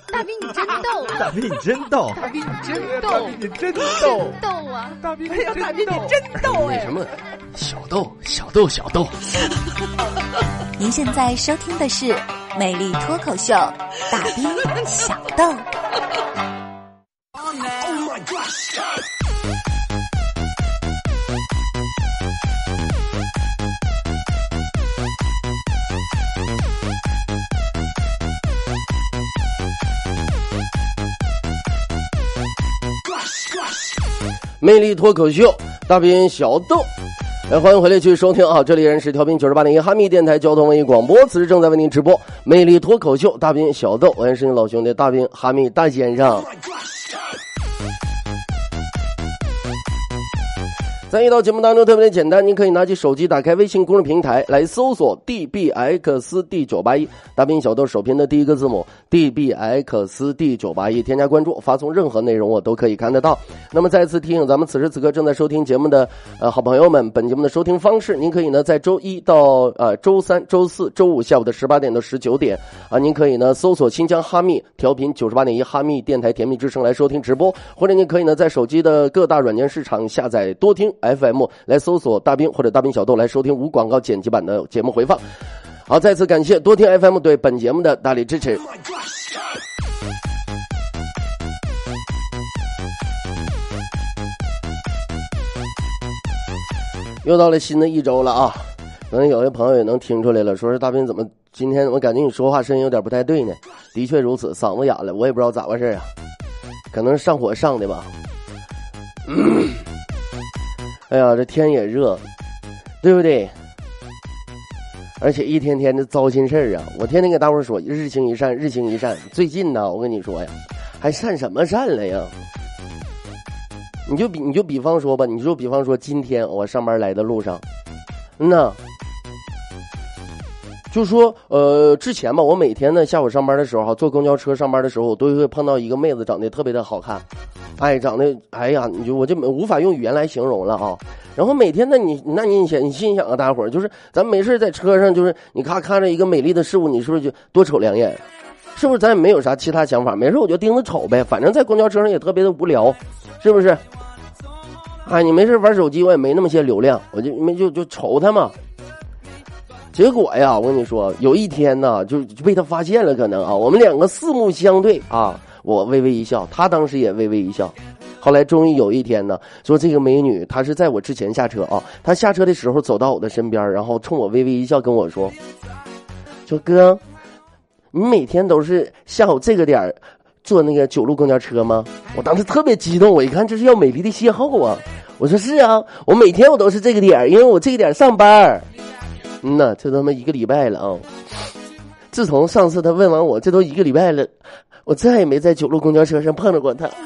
大兵你真逗， 大兵你真逗， 大兵你真逗， 大兵你真逗， 逗啊！ 大兵， 哎呀，大兵你真逗哎！ 什么小豆小豆小豆？ 您现在收听的是《美丽脱口秀》，大兵小豆。 Oh my God！魅力脱口秀，大兵小豆，欢迎回来继续收听啊！这里人是调频98.1哈密电台交通文艺广播，此时正在为您直播魅力脱口秀，大兵小豆，我也是你老兄弟大兵哈密大先生。在一道节目当中特别的简单，您可以拿起手机打开微信公众平台来搜索 DBXD981， 大兵小豆首拼的第一个字母 DBXD981， 添加关注，发送任何内容我都可以看得到。那么再次提醒咱们此时此刻正在收听节目的好朋友们，本节目的收听方式，您可以呢在周一到周三、周四、周五下午的18点到19点啊，您可以呢搜索新疆哈密调频98.1哈密电台甜蜜之声来收听直播，或者您可以呢在手机的各大软件市场下载多听FM 来搜索大兵或者大兵小豆来收听无广告剪辑版的节目回放。好，再次感谢多听 FM 对本节目的大力支持。又到了新的一周了啊，可能有些朋友也能听出来了，说是大兵怎么今天我感觉你说话声音有点不太对呢？的确如此，嗓子哑了，我也不知道咋回事啊，可能是上火上的吧。哎呀，这天也热，对不对？而且一天天的糟心事儿啊！我天天给大伙说，日行一善，日行一善。最近呢，我跟你说呀，还善什么善了呀？你就比方说吧，比方说今天我上班来的路上，就说之前吧，我每天呢下午上班的时候坐公交车上班的时候，我都会碰到一个妹子，长得特别的好看。长得我就无法用语言来形容了啊。然后每天呢，你心想啊，大伙儿就是咱没事在车上，就是你看着一个美丽的事物，你是不是就多瞅两眼？是不是咱也没有啥其他想法？没事我就盯着瞅呗，反正在公交车上也特别的无聊，是不是？你没事玩手机，我也没那么些流量，我就瞅他嘛。结果呀，我跟你说，有一天呢，就被他发现了，可能啊，我们两个四目相对啊。我微微一笑，他当时也微微一笑。后来终于有一天呢，说这个美女她是在我之前下车啊，她下车的时候走到我的身边，然后冲我微微一笑跟我说哥，你每天都是下午这个点坐那个9路公交车吗？我当时特别激动，我一看这是要美丽的邂逅啊，我说是啊，我每天我都是这个点，因为我这个点上班。这他妈1个礼拜了啊！自从上次他问完我，这都1个礼拜了，我再也没在9路公交车上碰到过他。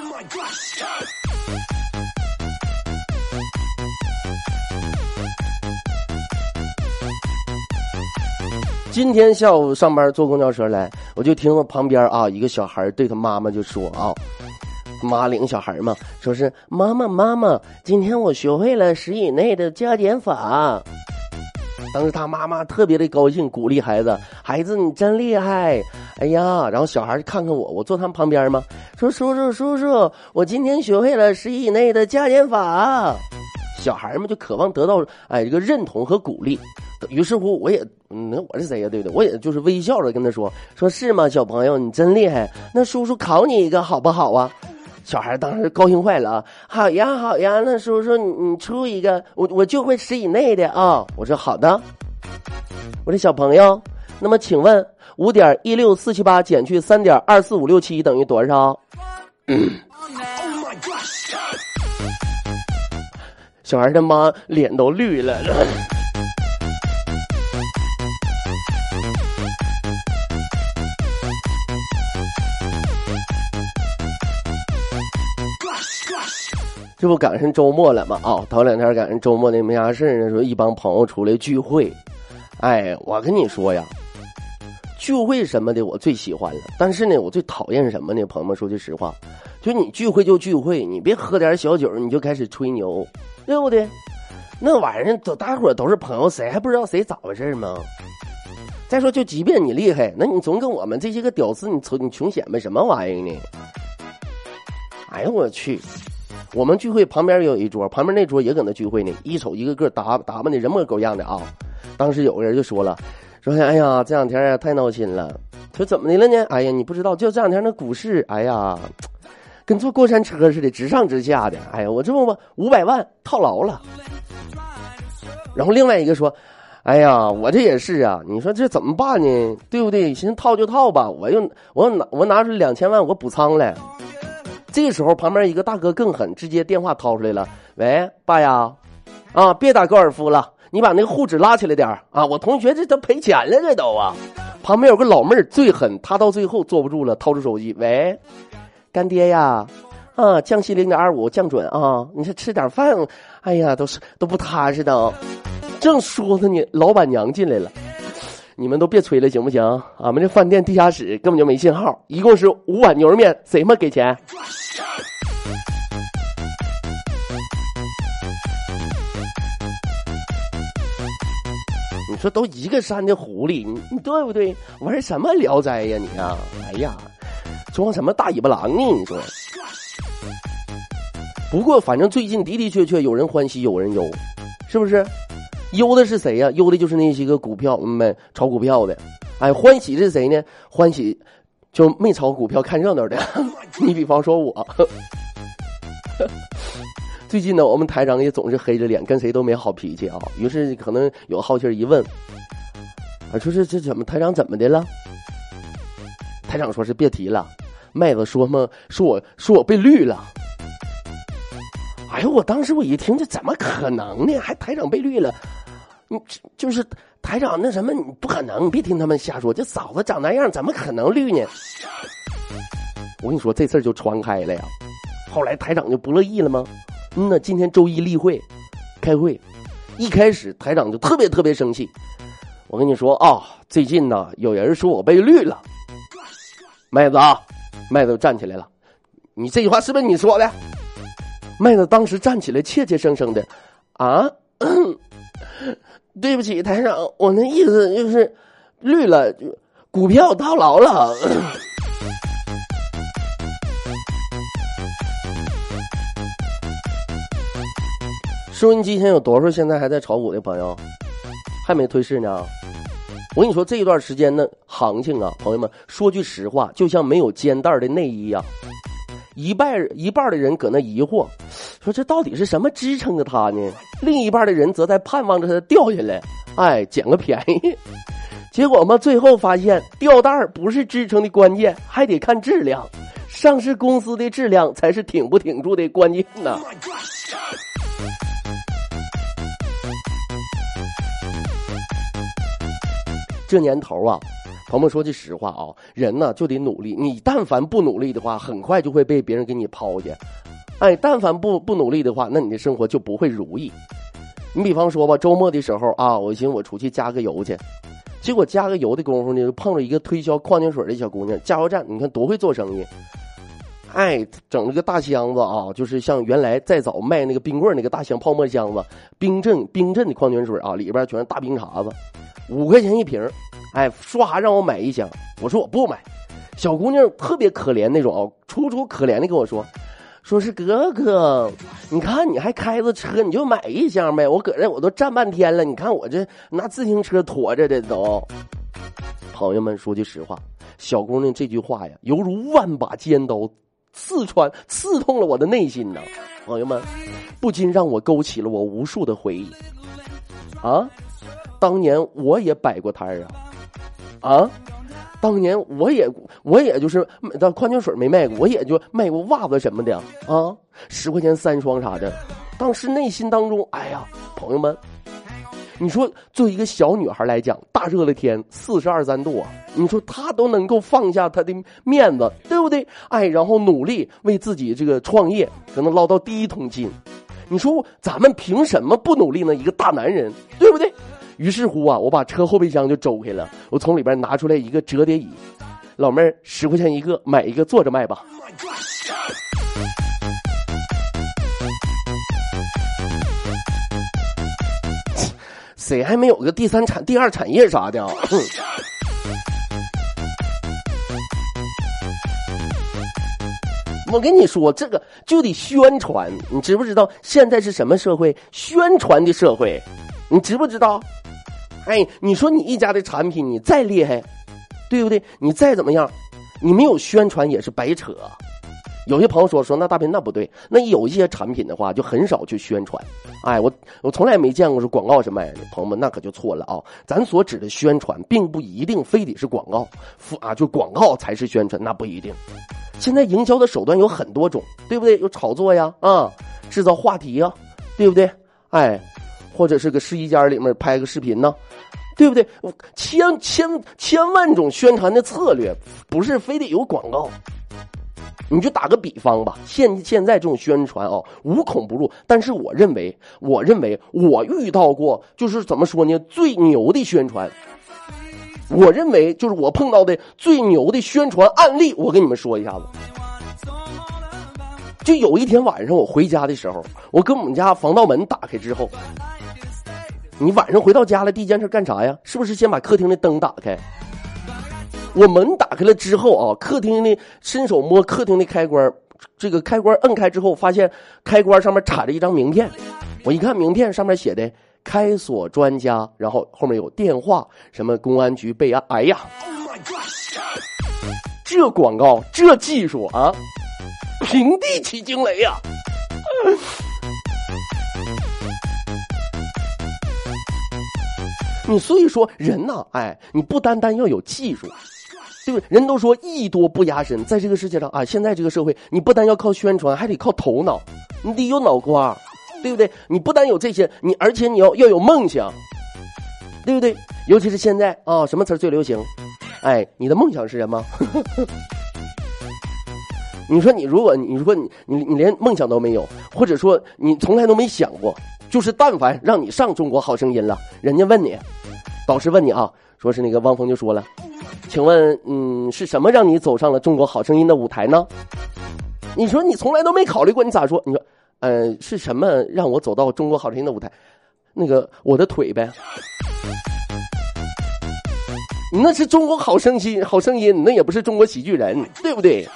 今天下午上班坐公交车来，我就听到旁边一个小孩对他妈妈就说妈领小孩嘛，说是妈妈，今天我学会了10以内的加减法。当时他妈妈特别的高兴，鼓励孩子你真厉害，哎呀！然后小孩看看我坐他们旁边嘛，说叔叔，我今天学会了10以内的加减法。小孩们就渴望得到这个认同和鼓励，于是乎我也我是谁呀，对不对？我也就是微笑着跟他说是吗，小朋友你真厉害，那叔叔考你一个好不好啊？小孩当时高兴坏了啊！好呀，那叔叔你出一个，我就会10以内的啊！我说好的。我说小朋友，那么请问5.16478减去3.24567等于多少？小孩他妈脸都绿了。这不赶上周末了吗？头2天赶上周末那没啥事呢，说一帮朋友出来聚会。我跟你说呀，聚会什么的我最喜欢了，但是呢我最讨厌什么呢？朋友们说句实话，就你聚会就聚会，你别喝点小酒你就开始吹牛，对不对？那玩意儿大伙都是朋友，谁还不知道谁咋回事吗？ 再说，就即便你厉害，那你总跟我们这些个屌丝，你穷显摆什么玩意儿呢？哎呀，我去！我们聚会旁边有一桌，旁边那桌也搁那聚会呢，一瞅一个个打扮的人模狗样的啊。当时有个人就说了，说哎呀，这两天啊太闹心了。说怎么的了呢？哎呀，你不知道，就这两天那股市，哎呀，跟坐过山车似的，直上直下的。哎呀，我这么500万套牢了。然后另外一个说，哎呀，我这也是啊，你说这怎么办呢？对不对？寻思套就套吧，我拿出2000万我补仓来。这时候旁边一个大哥更狠，直接电话掏出来了，喂，爸呀，啊，别打高尔夫了，你把那个户指拉起来点啊，我同学这都赔钱了，这都啊。旁边有个老妹儿最狠，她到最后坐不住了，掏出手机，喂，干爹呀，啊，降息0.25降准啊，你是吃点饭，哎呀，都不踏实的。正说着呢，老板娘进来了，你们都别吹了行不行？俺们这饭店地下室根本就没信号，一共是5碗牛肉面，谁嘛给钱？你说都一个山的狐狸，你对不对？玩什么聊斋呀你啊？哎呀，装什么大尾巴狼呢？你说。不过反正最近的的确确有人欢喜有人忧，是不是？忧的是谁呀？忧的就是那些个股票炒股票的。哎，欢喜是谁呢？欢喜就没炒股票看热闹的。你比方说我。最近呢，我们台长也总是黑着脸，跟谁都没好脾气啊。于是可能有好奇一问，啊，说这怎么台长怎么的了？台长说是别提了，麦子说嘛，说我被绿了。哎呦，我当时我一听，这怎么可能呢？还台长被绿了？你就是台长那什么，你不可能，你别听他们瞎说。这嫂子长那样，怎么可能绿呢？我跟你说，这事儿就传开了呀。后来台长就不乐意了吗？那今天周一例会，开会，一开始台长就特别生气。我跟你说啊，最近呢有人说我被绿了。麦子啊，麦子站起来了，你这句话是不是你说的？麦子当时站起来怯生生的，啊，对不起台长，我那意思就是绿了，股票套牢了。收音机前有多少现在还在炒股的朋友，还没退市呢？我跟你说，这一段时间的行情啊，朋友们，说句实话，就像没有肩带的内衣啊，一半的人搁那疑惑，说这到底是什么支撑着它呢？另一半的人则在盼望着它掉下来，哎，捡个便宜。结果嘛，最后发现吊带不是支撑的关键，还得看质量，上市公司的质量才是挺不挺住的关键呢。这年头啊，朋友们说句实话啊，人呢就得努力，你但凡不努力的话，很快就会被别人给你抛下。哎，但凡不努力的话，那你的生活就不会如意。你比方说吧，周末的时候啊，我寻思我出去加个油去，结果加个油的功夫呢，碰着一个推销矿泉水的小姑娘，加油站你看多会做生意。哎，整了个大箱子啊，就是像原来再早卖那个冰棍那个大箱泡沫箱子，冰镇的矿泉水啊，里边全是大冰碴子，5块钱一瓶。哎，唰让我买一箱，我说我不买。小姑娘特别可怜那种啊，楚可怜的跟我说是哥哥，你看你还开着车，你就买一箱呗，我搁这我都站半天了，你看我这拿自行车驮着的都。朋友们说句实话，小姑娘这句话呀，犹如万把尖刀刺痛了我的内心呢。朋友们，不禁让我勾起了我无数的回忆啊。当年我也摆过摊啊，当年我也就是矿泉水没卖过，我也就卖过袜子什么的啊，10块钱3双啥的。当时内心当中，哎呀，朋友们，你说作为一个小女孩来讲，大热的天42、3度啊，你说她都能够放下她的面子，对不对？哎，然后努力为自己这个创业，可能捞到第一桶金。你说咱们凭什么不努力呢？一个大男人，对不对？于是乎啊，我把车后备箱就周开了，我从里边拿出来一个折叠椅，老妹儿10块钱一个，买一个坐着卖吧。 谁还没有个第二产业啥的啊？我跟你说，这个就得宣传，你知不知道？现在是什么社会？宣传的社会，你知不知道？哎，你说你一家的产品你再厉害，对不对？你再怎么样，你没有宣传也是白扯。有些朋友说那大斌那不对，那有一些产品的话就很少去宣传。哎，我从来没见过是广告是卖的，朋友们那可就错了啊！咱所指的宣传，并不一定非得是广告啊，就广告才是宣传，那不一定。现在营销的手段有很多种，对不对？有炒作呀，制造话题呀，对不对？哎，或者是个试衣间里面拍个视频呢，对不对？千万种宣传的策略，不是非得有广告。你就打个比方吧，现在这种宣传无孔不入，但是我认为我遇到过就是怎么说呢，最牛的宣传。我认为就是我碰到的最牛的宣传案例，我跟你们说一下子。就有一天晚上我回家的时候，我跟我们家防盗门打开之后，你晚上回到家了第一件事干啥呀？是不是先把客厅的灯打开？我门打开了之后客厅的伸手摸客厅的开关，这个开关摁开之后，发现开关上面插着一张名片。我一看名片上面写的开锁专家，然后后面有电话，什么公安局备案。哎呀，这广告这技术啊，平地起惊雷呀！你所以说人呐，你不单单要有技术，对不对？人都说艺多不压身，在这个世界上现在这个社会，你不单要靠宣传，还得靠头脑，你得有脑瓜，对不对？你不单有这些，而且你要有梦想，对不对？尤其是现在什么词最流行？你的梦想是什么？你说你如果你连梦想都没有，或者说你从来都没想过，就是但凡让你上中国好声音了，人家问你，导师问你说是那个汪峰就说了，请问是什么让你走上了中国好声音的舞台呢？你说你从来都没考虑过，你咋说？你说是什么让我走到中国好声音的舞台？那个我的腿呗。你那是中国好声音，那也不是中国喜剧人，对不对？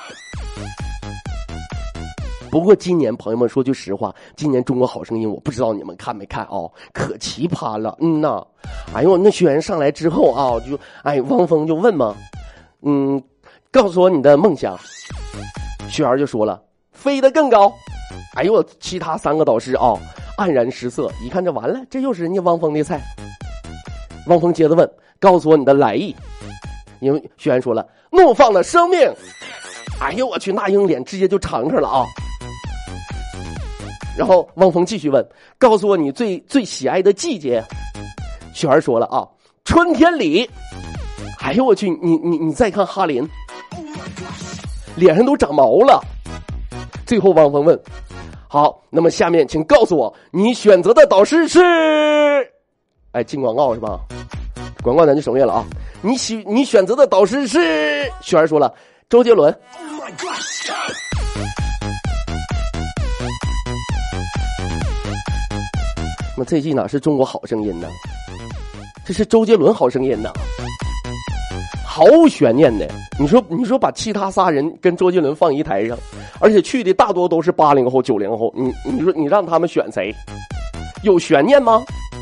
不过今年朋友们说句实话，今年中国好声音我不知道你们看没看可奇葩了。哎呦，那学员上来之后就汪峰就问嘛，告诉我你的梦想。学员就说了，飞得更高。哎呦，其他3个导师黯然失色，一看这完了，这又是人家汪峰的菜。汪峰接着问，告诉我你的来意。因为学员说了，怒放的生命。哎呦我去，那英脸直接就长上了然后汪峰继续问，告诉我你最喜爱的季节。雪儿说了春天里。哎呦我去，你再看哈林，脸上都长毛了。最后汪峰问，好，那么下面请告诉我你选择的导师是？进广告是吧？广告咱就省略了你选择的导师是？雪儿说了，周杰伦。那这季哪是中国好声音呢？这是周杰伦好声音呢，毫无悬念的。你说把其他仨人跟周杰伦放一台上，而且去的大多都是80后、90后，你说你让他们选谁？有悬念吗？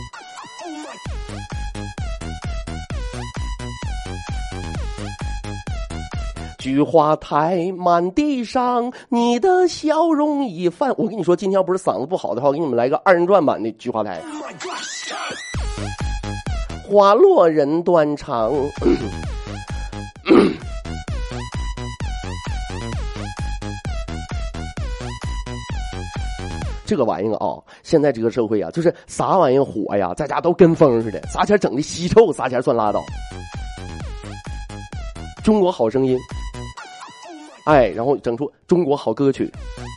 菊花台满地上，你的笑容已泛。我跟你说，今天要不是嗓子不好的话，我给你们来个2人转版的菊花台。花落人断肠。这个玩意儿现在这个社会就是啥玩意儿火呀，大家都跟风似的，撒钱整的稀臭，撒钱算拉倒。中国好声音。然后整出中国好歌曲，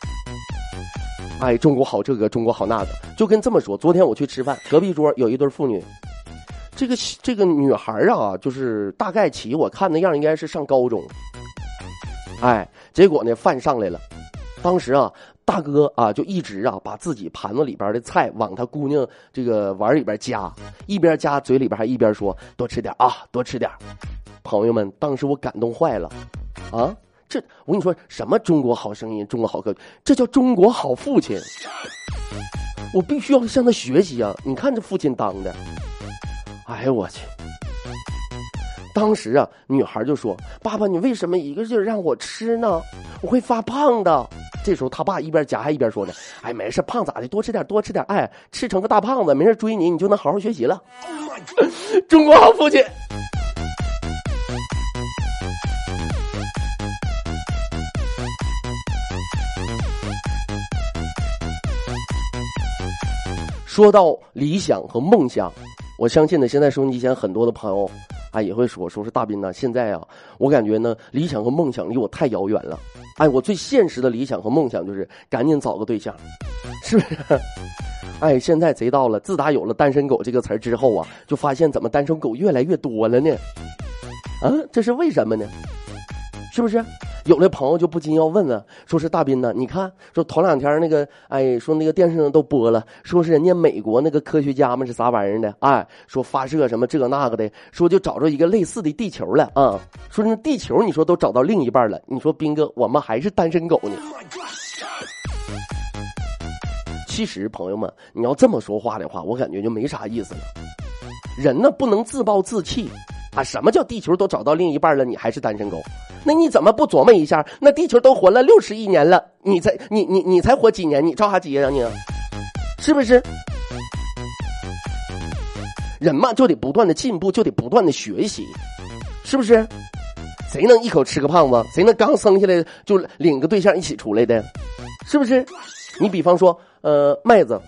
中国好这个，中国好那个，就跟这么说。昨天我去吃饭，隔壁桌有一对妇女，这个女孩就是大概起我看那样应该是上高中，结果呢饭上来了，当时大哥啊，就一直啊把自己盘子里边的菜往他姑娘这个碗里边加，一边加嘴里边还一边说多吃点啊，多吃点。朋友们，当时我感动坏了啊！这我跟你说，什么中国好声音，中国好歌曲，这叫中国好父亲。我必须要向他学习啊！你看这父亲当的，哎呦我去！当时啊，女孩就说：“爸爸，你为什么一个劲儿让我吃呢？我会发胖的。”这时候他爸一边夹还一边说呢：“哎，没事，胖咋的？多吃点，多吃点。哎，吃成个大胖子，没人追你，你就能好好学习了。”中国好父亲。说到理想和梦想，我相信呢，现在收音机前很多的朋友啊也会说是大斌呢，现在啊，我感觉呢，理想和梦想离我太遥远了。哎，我最现实的理想和梦想就是赶紧找个对象，是不是？哎，现在贼到了，自打有了单身狗这个词儿之后啊，就发现怎么单身狗越来越多了呢？啊，这是为什么呢？是不是？有的朋友就不禁要问了，说是大斌呢，你看，说头两天那个，哎，说那个电视上都播了，说是人家美国那个科学家们是啥玩意儿的，哎，说发射什么这个那个的，说就找着一个类似的地球了啊，说那地球你说都找到另一半了，你说斌哥我们还是单身狗呢？其实朋友们，你要这么说话的话，我感觉就没啥意思了。人呢不能自暴自弃啊！什么叫地球都找到另一半了，你还是单身狗？那你怎么不琢磨一下？那地球都活了60亿年了，你才活几年？你着啥急呀你？是不是？人嘛就得不断的进步，就得不断的学习，是不是？谁能一口吃个胖子？谁能刚生下来就领个对象一起出来的？是不是？你比方说，麦子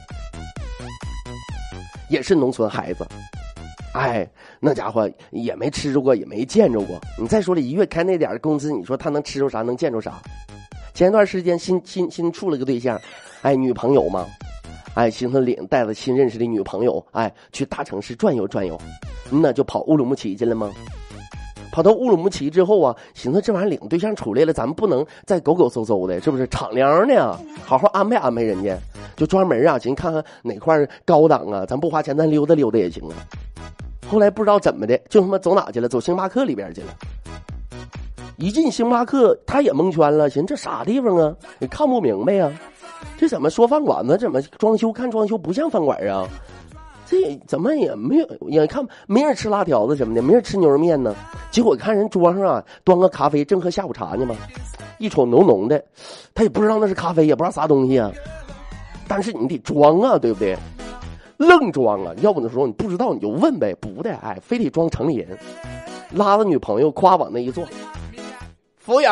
也是农村孩子。哎，那家伙也没吃着过，也没见着过。你再说了，一月开那点工资，你说他能吃着啥，能见着啥？前一段时间新处了个对象，哎，女朋友嘛，哎，寻思带着新认识的女朋友，哎，去大城市转悠转悠，那就跑乌鲁木齐去了吗？跑到乌鲁木齐之后啊，寻思这玩意儿领对象出来了，咱们不能再狗狗嗖嗖的，是不是？敞亮呢，好好安排安排人家，就专门啊，寻看看哪块高档啊，咱不花钱，咱溜达溜达也行啊。后来不知道怎么的，就他妈走哪去了？走星巴克里边去了。一进星巴克，他也蒙圈了，寻思这啥地方啊？也看不明白呀，这怎么说饭馆子？怎么装修看装修不像饭馆啊？这怎么也没有，也看没人吃辣条子什么的，没人吃牛肉面呢。结果看人桌上啊，端个咖啡，正喝下午茶呢嘛。一瞅浓浓的，他也不知道那是咖啡，也不知道啥东西啊。但是你得装啊，对不对？愣装啊！要不的时候你不知道你就问呗，不的，哎，非得装城里人，拉着女朋友夸往那一坐。服务员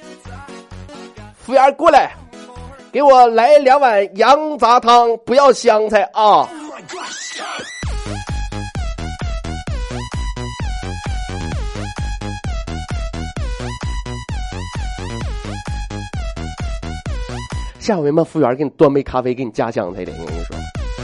过来，给我来2碗羊杂汤，不要香菜啊！下回嘛，服务员给你端杯咖啡，给你加香菜的，我跟你说。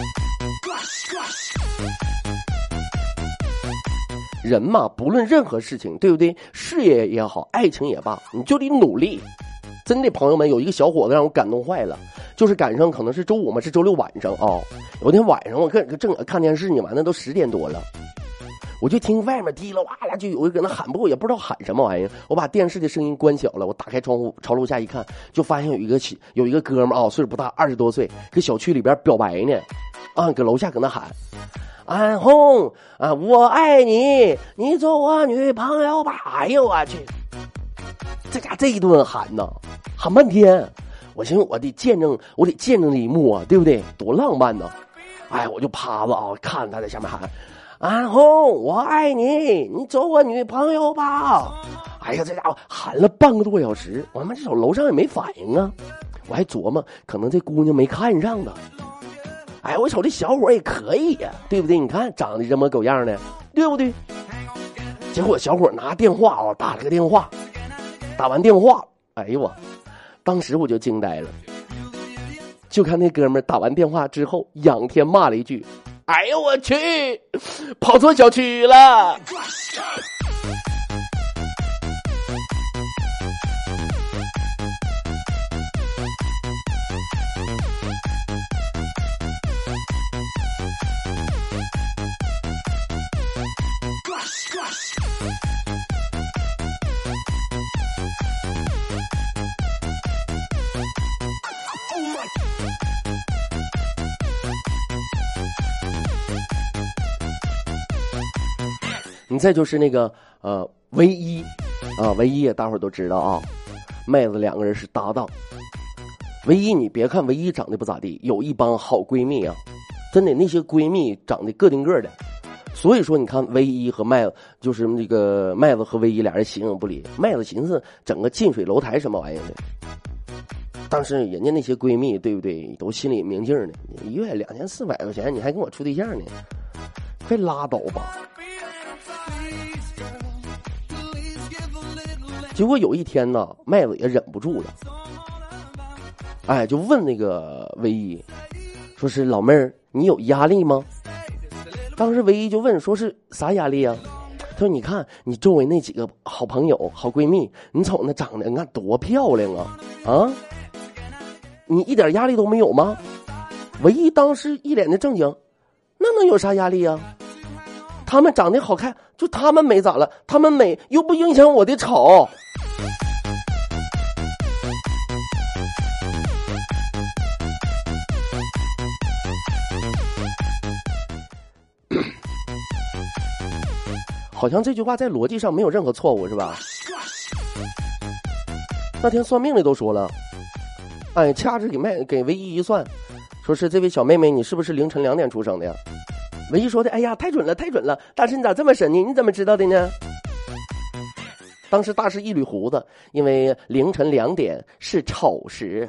人嘛，不论任何事情，对不对？事业也好，爱情也罢，你就得努力。真的，朋友们，有一个小伙子让我感动坏了，就是赶上可能是周5嘛，是周6晚上啊、哦。有天晚上我正看电视呢，完了都10点多了，我就听外面滴了哇啦，就有一个人喊，不过也不知道喊什么玩意儿。我把电视的声音关小了，我打开窗户朝楼下一看，就发现有一个哥们儿啊，岁数不大，20多岁，搁小区里边表白呢，啊，搁楼下搁那喊。安红啊，我爱你，你做我女朋友吧！哎呦我去，这家这一顿喊呐，喊半天。我寻思我得见证这一幕啊，对不对？多浪漫呢！哎，我就趴着啊，看他在下面喊：“安红，我爱你，你做我女朋友吧！”哎呀，这家伙喊了半个多小时，我他妈这手楼上也没反应啊！我还琢磨，可能这姑娘没看上呢。哎，我瞅这小伙也可以呀、对不对？你看长得这么狗样的，对不对？结果小伙拿电话啊，打了个电话，打完电话，哎呦我，当时我就惊呆了。就看那哥们儿打完电话之后，仰天骂了一句：“哎呦我去，跑错小区了。” 你再就是那个唯一啊，唯一大伙儿都知道啊，妹子两个人是搭档。唯一你别看唯一长得不咋地，有一帮好闺蜜啊，真的那些闺蜜长得个顶个的。所以说你看唯一和麦子，就是那个麦子和唯一俩人形影不离。麦子寻思整个近水楼台什么玩意儿的，但是人家那些闺蜜对不对，都心里明镜呢，一月2400块钱你还跟我处对象呢，快拉倒吧。结果有一天呢，麦子也忍不住了，哎，就问那个唯一，说是老妹儿，你有压力吗？当时唯一就问，说是啥压力啊？他说你看你周围那几个好朋友好闺蜜，你瞅那长得你看多漂亮啊啊，你一点压力都没有吗？唯一当时一脸的正经，那能有啥压力啊？他们长得好看，就他们美咋了？他们美又不影响我的丑。好像这句话在逻辑上没有任何错误，是吧？那天算命的都说了，哎，掐指给唯一一算，说是这位小妹妹，你是不是凌晨2点出生的呀？唯一说的，哎呀，太准了，太准了，大师你咋这么神呢？你怎么知道的呢？当时大师一捋胡子，因为凌晨2点是丑时。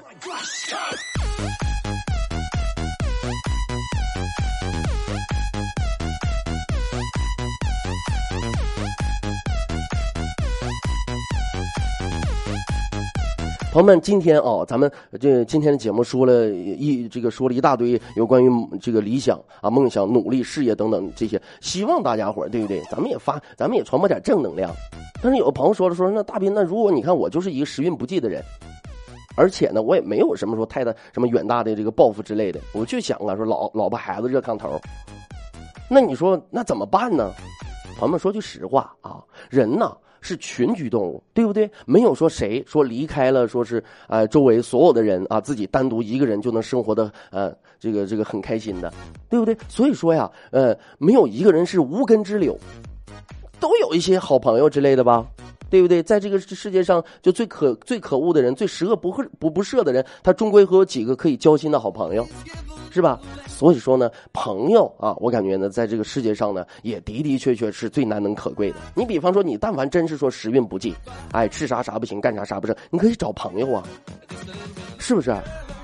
朋友们，今天咱们今天的节目说了一大堆有关于这个理想啊、梦想、努力、事业等等这些，希望大家伙对不对？咱们也传播点正能量。但是有个朋友说那大斌，那如果你看我就是一个时运不济的人，而且呢我也没有什么说太大什么远大的这个抱负之类的，我就想啊说老婆孩子热炕头，那你说那怎么办呢？朋友们说句实话啊，人呢是群居动物，对不对？没有说谁说离开了，说是周围所有的人啊，自己单独一个人就能生活的这个很开心的，对不对？所以说呀，没有一个人是无根之柳，都有一些好朋友之类的吧，对不对？在这个世界上，就最可恶的人，最十恶不赦的人，他终归会有几个可以交心的好朋友，是吧？所以说呢，朋友啊，我感觉呢，在这个世界上呢，也的确是最难能可贵的。你比方说，你但凡真是说时运不济，哎，吃啥不行，干啥不成，你可以找朋友啊，是不是？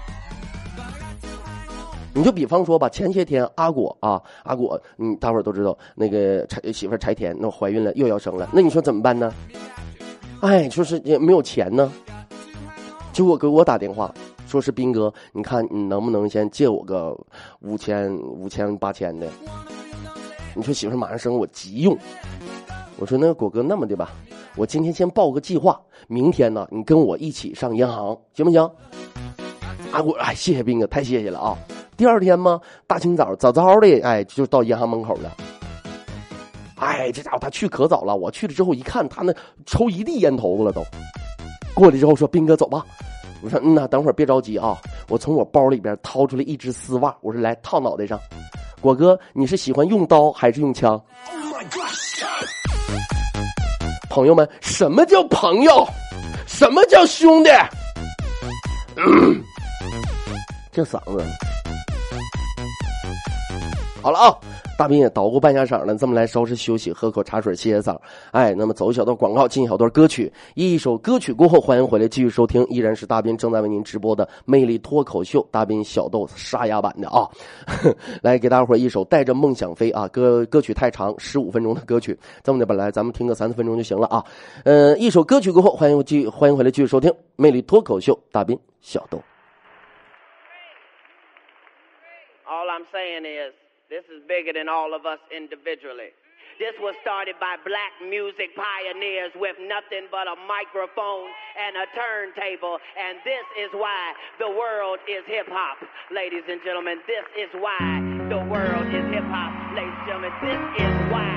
你就比方说吧，前些天阿果，大伙儿都知道那个媳妇柴田那怀孕了，又要生了，那你说怎么办呢？哎，就是也没有钱呢。结果给我打电话，说是斌哥，你看你能不能先借我个5000、8000的？你说媳妇马上生，我急用。我说那个果哥那么的吧，我今天先报个计划，明天呢你跟我一起上银行，行不行？阿果，哎，谢谢斌哥，太谢谢了啊！第二天嘛，大清早早的，哎，就到银行门口了。哎，这家伙他去可早了，我去了之后一看，他那抽一地烟头子了都。过来之后说：“斌哥，走吧。”我说：“等会儿别着急啊。”我从我包里边掏出来一只丝袜，我说：“来套脑袋上。”果哥，你是喜欢用刀还是用枪？朋友们，什么叫朋友？什么叫兄弟？这嗓子。好了啊，大斌也捣鼓半下晌了，这么来稍事休息，喝口茶水歇歇嗓。哎，那么走一小段广告，进一小段歌曲，一首歌曲过后，欢迎回来继续收听，依然是大斌正在为您直播的魅力脱口秀，大斌小豆沙哑版的啊。来给大伙一首带着梦想飞啊，歌曲太长，15分钟的歌曲，这么的本来咱们听个3-4分钟就行了啊。一首歌曲过后，欢迎回来继续收听魅力脱口秀，大斌小豆。 All I'm saying is, this is bigger than all of us individually. This was started by black music pioneers with nothing but a microphone and a turntable. And this is why the world is hip-hop, ladies and gentlemen. This is why the world is hip-hop, ladies and gentlemen. This is why.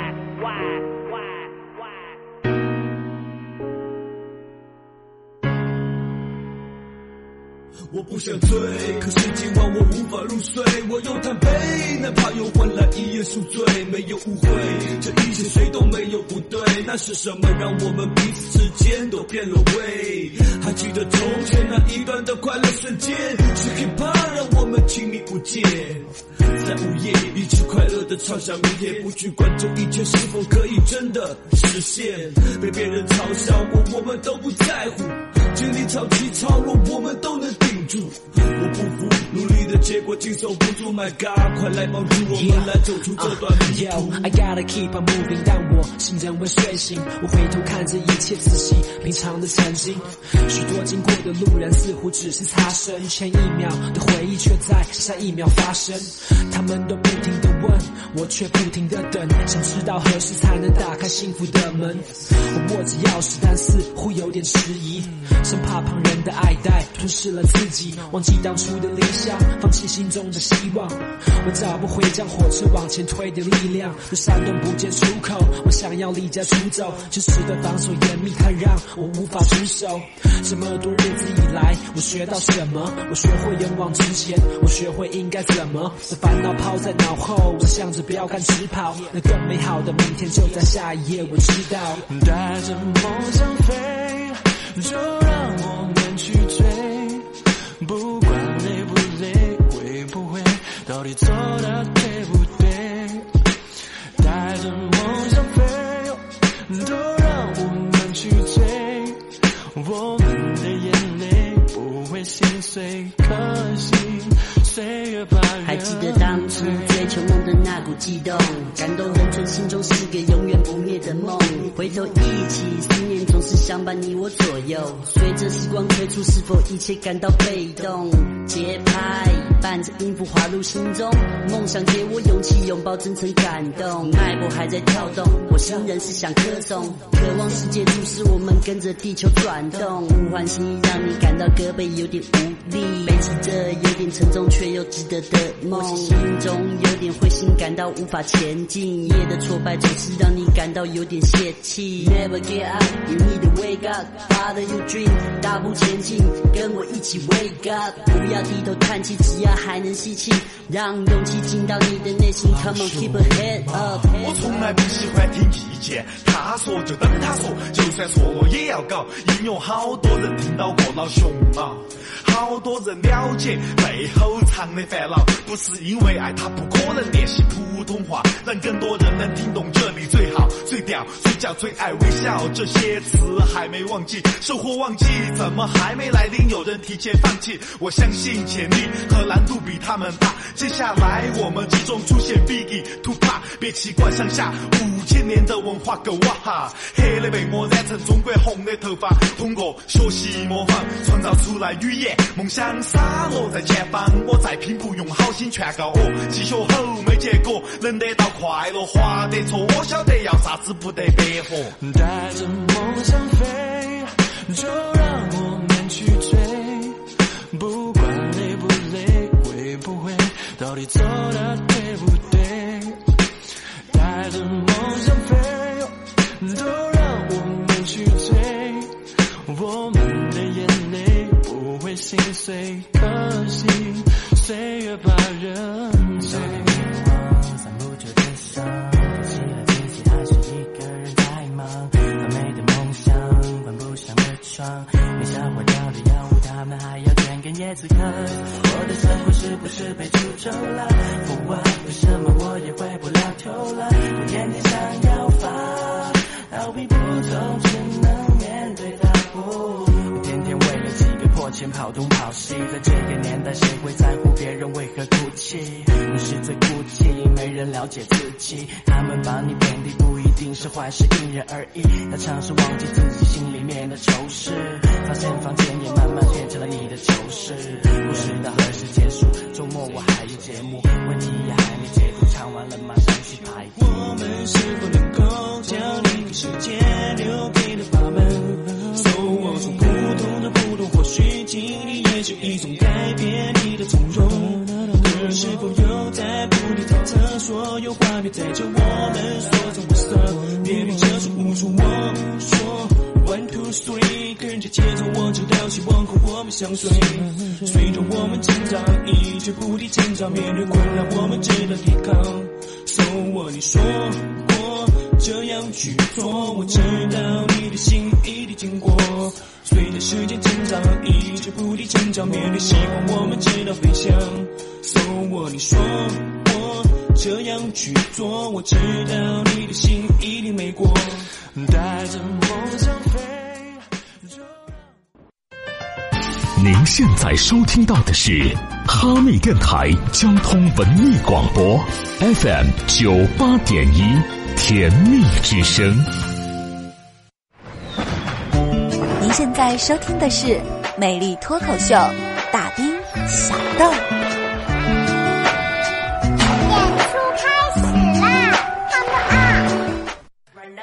我不想醉，可是今晚我无法入睡。我又贪杯，哪怕又换来一夜宿醉。没有误会，这一切谁都没有不对。那是什么让我们彼此之间都变了味？还记得从前那一段的快乐瞬间，是 hiphop 让我们亲密无间。在午夜一起快乐的唱响明天，不去关注一切是否可以真的实现。被别人嘲笑过我们都不在乎，经历潮起潮落我们都能顶住。我不服努力的结果经受不住 My God 快来帮助我们来走出这段迷途。 I gotta keep on moving， 但我心仍未睡醒。我回头看着一切仔细平常的曾经，许多经过的路人似乎只是擦身，前一秒的回忆却在下一秒发生。他们都不停地问，我却不停地等，想知道何时才能打开幸福的门。我握着钥匙，但似乎有点迟疑，生怕旁人的爱戴吞噬了自己，忘记当初的理想，放弃心中的希望。我找不回将火车往前推的力量，这山洞不见出口，我想要离家出走，真实的防守严密，它让我无法出手。这么多日子以来，我学到什么？我学会勇往直前，我学会应该怎么把烦恼抛在脑后，我向着标杆直跑，那更美好的明天就在下一页，我知道。 带着梦想飞，就让我们去追，不管累不累，会不会到底走的对不对？带着梦想飞，都让我们去追，我们的眼泪不会心碎，可惜岁月把人还记得当初追求梦的那股悸动，感动人存心中是个永远不灭的梦。回头忆起，思念总是相伴你我左右，随着时光推出，是否一切感到被动？节拍伴着音符滑入心中，梦想给我勇气，拥抱真诚感动。脉搏还在跳动，我心仍是想歌颂，渴望世界注视我们，跟着地球转动。呼唤心意让你感到胳膊有点无力，背起这有点沉重却又值得的梦，心中有点灰心，感到无法前进。夜的挫败总是让你感到有点泄气。Never get up, you need to wake up, follow your dream， 大步前进，跟我一起 wake up， 不要低头叹气，只要还能吸气，让勇气进到你的内心。Come on, keep a head up。 我从来不喜欢听意见，他说就等他说，就算说我也要搞。音乐好多人听到过老熊猫，好多人了解背后藏的烦恼，不是因为爱他不可能练习普通话，让更多人能听懂这里最好最屌最叫最爱微笑。这些词还没忘记，生活忘记，怎么还没来临？有人提前放弃，我相信潜力和难度比他们大。接下来我们之中出现 Biggie、Tupac， 别奇怪上下5000年的文化够哇哈，黑的被我染成中国红的头发，通过学习模仿创造出来语言，梦想洒落在前方，我再拼不用好心劝告我，继续后没结果，能得到快乐划得错，我晓得要啥子不得白活。 带着梦想飞，就让我们去追，不管累不累，会不会到底走的对不对？带着梦想飞，都让我们去追，我们的眼泪不会心碎，可惜岁月把人醉。 散步着的伤，看起来自己还是一个人在忙，完美的梦想关不上的窗，没消化掉的药物他们还要填根叶子壳。我的生活是不是被诅咒了？不管为什么我也回不了头了，我天天想要发，逃避不走，只能面对大步。我天天为了几个破钱跑东跑西，在这个年代谁会在乎别人为何哭泣？你是最孤寂，没人了解自己，他们把你贬低不一定是坏事，因人而异。要尝试忘记自己心里面的仇视，发现房间也慢慢变成了你的囚室。不知道何时结束，周末我还有节目，问题也还没解读，唱完了马上去排毒。 我们是否能够将一个世界留给了他们？手握住不同的不同，或许经历也是一种改变你的从容。可是否有在不离太侧，所有画面载着我们所着我色，别逼这是无数我说 1 2 3， 跟着节奏我知道希望和我我们相随，随着我们成长，一直不敌成长，面对困难我们值得抵抗。So what 你说过这样去做，我知道你的心一定经过。随着时间成长，一直不敌成长，面对希望我们值得飞翔。So what 你说过这样去做，我知道你的心一定没过，带着梦想飞。 您现在收听到的是哈密电台交通文艺广播 FM 98.1甜蜜之声。 您现在收听的是美丽脱口秀大兵小豆。 演出开始啦 Come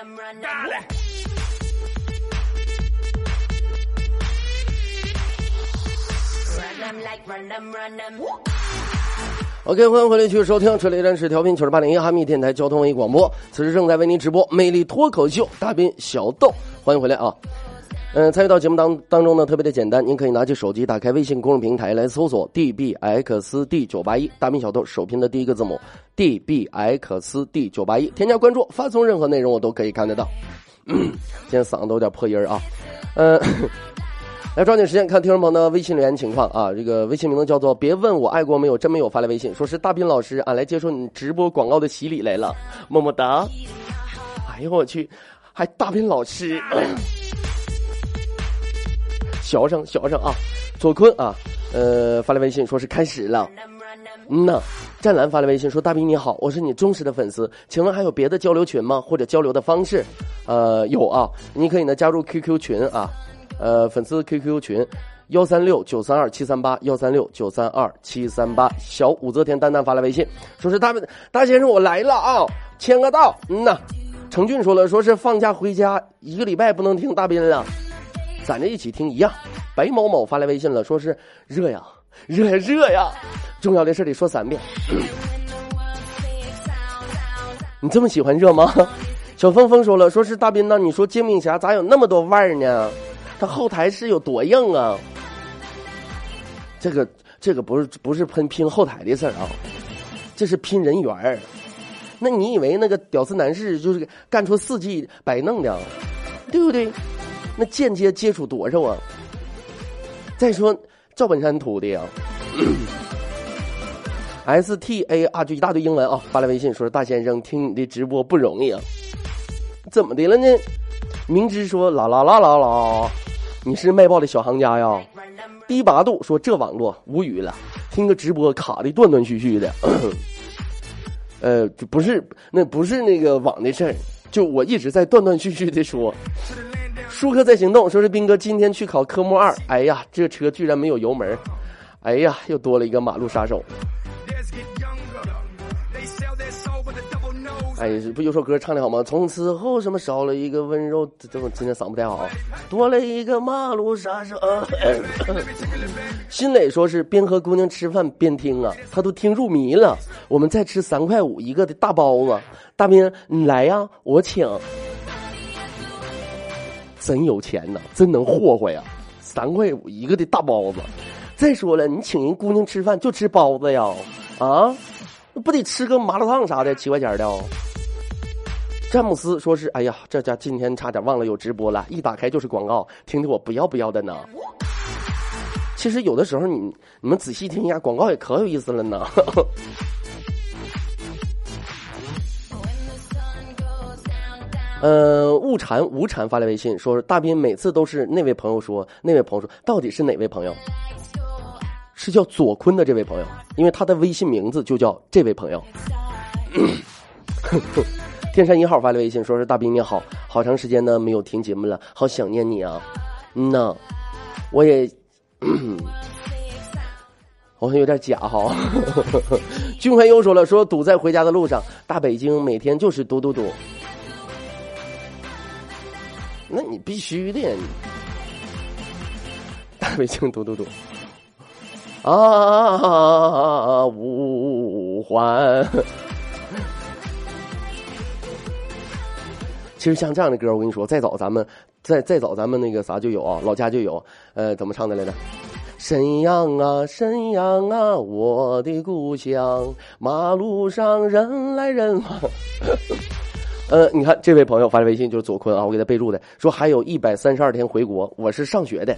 OK， 欢迎回来继续收听，这里依然是调频98.1哈密电台交通文艺广播，此时正在为您直播美丽脱口秀大兵小豆，欢迎回来啊！参与到节目当中呢，特别的简单，您可以拿起手机，打开微信公众平台来搜索 DBXD981， 大兵小豆首拼的第一个字母 DBXD981， 添加关注，发送任何内容我都可以看得到。现在嗓子都有点破音啊，来抓紧时间看听众朋友的微信留言情况啊！这个微信名字叫做别问我爱过没有，真没有发来微信，说是大斌老师，俺来接受你直播广告的洗礼来了，么么哒！哎呦我去，还大斌老师，小声啊！左坤啊，发来微信说是开始了。湛蓝发来微信说大斌你好，我是你忠实的粉丝，请问还有别的交流群吗？或者交流的方式？有啊，你可以呢加入 QQ 群啊。粉丝 QQ 群136932738，136932738。小武则天丹丹发来微信，说是大先生我来了啊，签个到。程俊说了，说是放假回家1个礼拜不能听大斌了，咱这一起听一样。白某某发来微信了，说是热呀，重要的事得说3遍。你这么喜欢热吗？小峰峰说了，说是大斌呢，你说煎饼侠咋有那么多腕儿呢？他后台是有多硬啊？这个不是拼后台的事儿啊，这是拼人缘儿。那你以为那个屌丝男士就是干出4季白弄的，对不对？那间接接触多少啊？再说赵本山图的呀。STA 啊，就一大堆英文啊，发来微信说大先生听你的直播不容易啊，怎么的了呢？明知说啦，你是卖爆的小行家呀。低8度说这网络无语了，听个直播卡的断断续续的。不是那个网的事儿，就我一直在断断续续的说。舒克在行动说是斌哥今天去考科目2，哎呀这车居然没有油门，哎呀又多了一个马路杀手。哎，不有首歌唱的好吗？从此后什么少了一个温柔，这我今天嗓不太好，多了一个马路杀手。新磊说是边和姑娘吃饭边听啊，他都听入迷了。我们再吃3块5一个的大包子，大斌你来呀，我请。真有钱呐，真能霍霍呀！3块5一个的大包子。再说了，你请人姑娘吃饭就吃包子呀？啊，不得吃个麻辣烫啥的7块钱的哦。詹姆斯说是，哎呀，这家今天差点忘了有直播了，一打开就是广告，听得我不要的呢。其实有的时候你们仔细听一下，广告也可有意思了呢。无产发来微信说大斌每次都是那位朋友说到底是哪位朋友？是叫左坤的这位朋友，因为他的微信名字就叫这位朋友。天山1号发来微信说是大斌你好，好长时间呢没有听节目了，好想念你啊。我也好像有点假哈。俊怀优说了，说堵在回家的路上，大北京每天就是堵。那你必须的，大北京堵啊，五环。其实像这样的歌，我跟你说，再早咱们那个啥就有啊，老家就有，怎么唱的来着？ 沈阳啊，沈阳啊，我的故乡，马路上人来人往。你看这位朋友发来微信就是左坤啊，我给他备注的，说还有132天回国，我是上学的。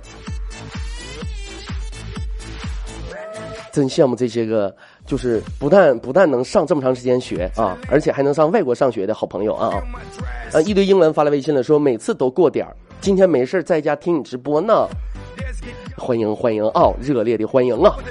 真羡慕这些个就是不但能上这么长时间学啊，而且还能上外国上学的好朋友啊！一堆英文发来微信了，说每次都过点儿，今天没事在家听你直播呢，欢迎欢迎啊，热烈的欢迎啊！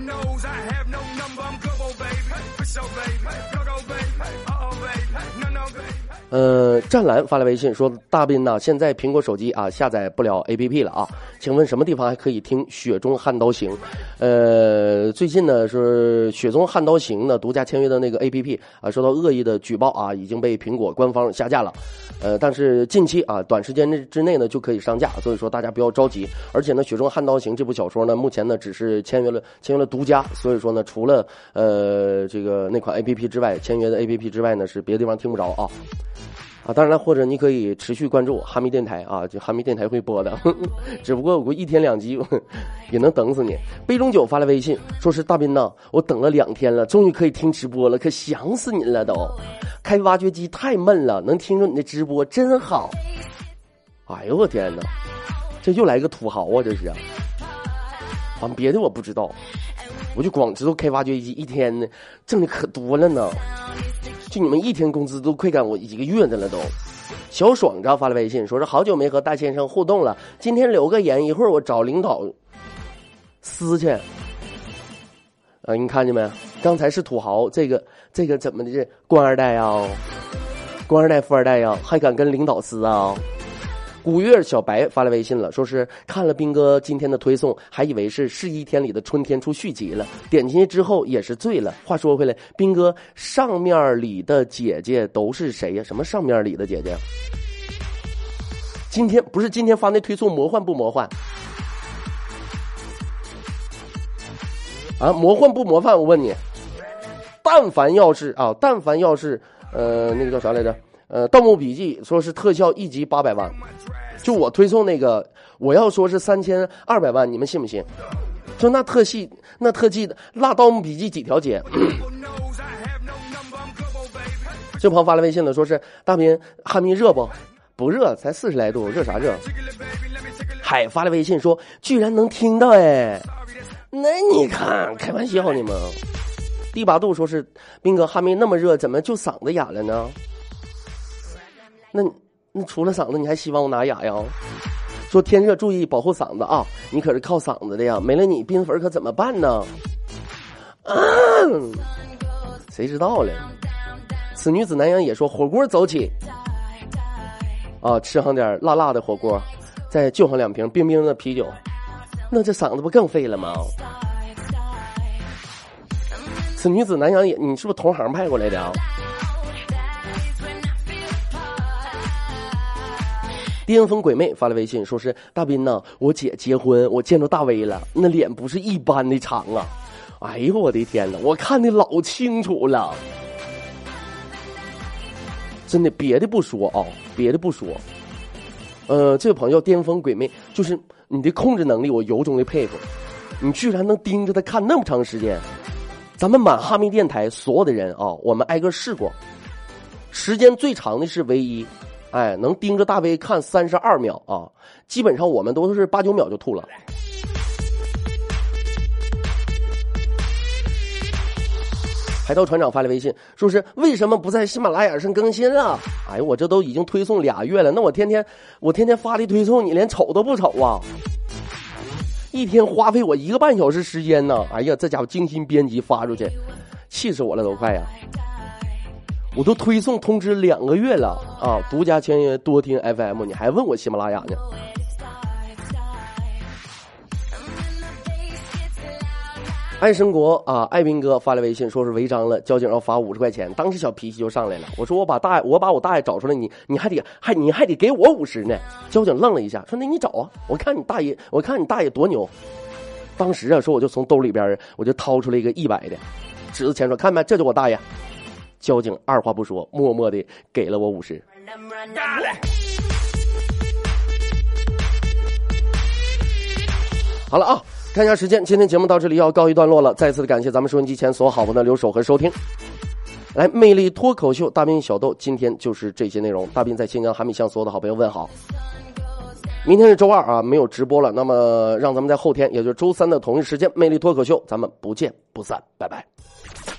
湛蓝发来微信说，大斌呐，现在苹果手机啊下载不了 APP 了啊，请问什么地方还可以听雪中悍刀行？最近呢是雪中悍刀行呢独家签约的那个 APP 啊，受到恶意的举报啊，已经被苹果官方下架了。但是近期啊短时间之内呢就可以上架，所以说大家不要着急。而且呢，雪中悍刀行这部小说呢，目前呢只是签约了独家，所以说呢，除了这个那款 APP 之外，签约的 APP 之外呢，是别的地方听不着啊。当然了，或者你可以持续关注哈密电台啊，就哈密电台会播的，只不过我1天2集也能等死你。杯中酒发来微信，说是大斌呐，我等了2天了，终于可以听直播了，可想死你了都。开挖掘机太闷了，能听着你的直播真好。哎呦我天哪，这又来个土豪啊，这是。别的我不知道，我就光知道开挖掘机1天呢挣的可多了呢。就你们1天工资都快赶我1个月的了都。小爽子发了微信，说是好久没和大先生互动了，今天留个言，一会儿我找领导撕去。你看见没？刚才是土豪，这个怎么的？是官二代啊，官二代富二代呀，还敢跟领导撕啊？古月小白发来微信了，说是看了斌哥今天的推送，还以为是11天里的春天出续集了，点进去之后也是醉了。话说回来，斌哥上面里的姐姐都是谁呀？什么上面里的姐姐？今天发那推送魔幻不魔幻？啊，魔幻不魔幻？我问你，但凡要是那个叫啥来着？盗墓笔记说是特效1集800万，就我推送那个，我要说是3200万，你们信不信？就那特技的辣盗墓笔记几条街。这朋友发来微信了，说是大斌哈密热不？不热，才40来度，热啥热？海发来微信说居然能听到哎，那你看开玩笑你们。第8度说是斌哥哈密那么热，怎么就嗓子哑了呢？那除了嗓子你还希望我哪哑呀？说天热注意保护嗓子啊，你可是靠嗓子的呀，没了你冰粉可怎么办呢？谁知道了。此女子南阳也说火锅走起啊，吃上点辣辣的火锅，再就上2瓶冰冰的啤酒，那这嗓子不更废了吗？此女子南阳也，你是不是同行派过来的啊？巅峰鬼魅发了微信，说是大斌呐，我姐结婚，我见着大 V 了，那脸不是一般的长啊！哎呦我的天哪，我看的老清楚了，真的，别的不说啊，别的不说，这位朋友巅峰鬼魅，就是你的控制能力，我由衷的佩服，你居然能盯着他看那么长时间。咱们满哈密电台所有的人啊，我们挨个试过，时间最长的是唯一。能盯着大 V 看32秒啊，基本上我们都是8-9秒就吐了。海盗船长发来微信，说是为什么不在喜马拉雅上更新啊？哎呦，我这都已经推送2月了，那我天天发的推送，你连瞅都不瞅啊？1天花费我1个半小时时间呢！哎呀，这家伙精心编辑发出去，气死我了都快呀！我都推送通知2个月了啊！独家签约多听 FM， 你还问我喜马拉雅呢？爱生国啊，爱斌哥发来微信说是违章了，交警要罚50块钱，当时小脾气就上来了。我说我把我大爷找出来，你还得给我50呢。交警愣了一下，说那你找啊，我看你大爷多牛。当时啊，说我就从兜里边我就掏出来一个100的，指着钱说看没，这就我大爷。交警二话不说，默默地给了我50。好了啊， 看一下时间，今天节目到这里要告一段落了。再次的感谢咱们收音机前所有好朋友的留守和收听。来，魅力脱口秀，大兵小豆，今天就是这些内容。大兵在新疆还没向所有的好朋友问好。明天是周二啊，没有直播了。那么让咱们在后天，也就是周三的同一时间，魅力脱口秀，咱们不见不散，拜拜。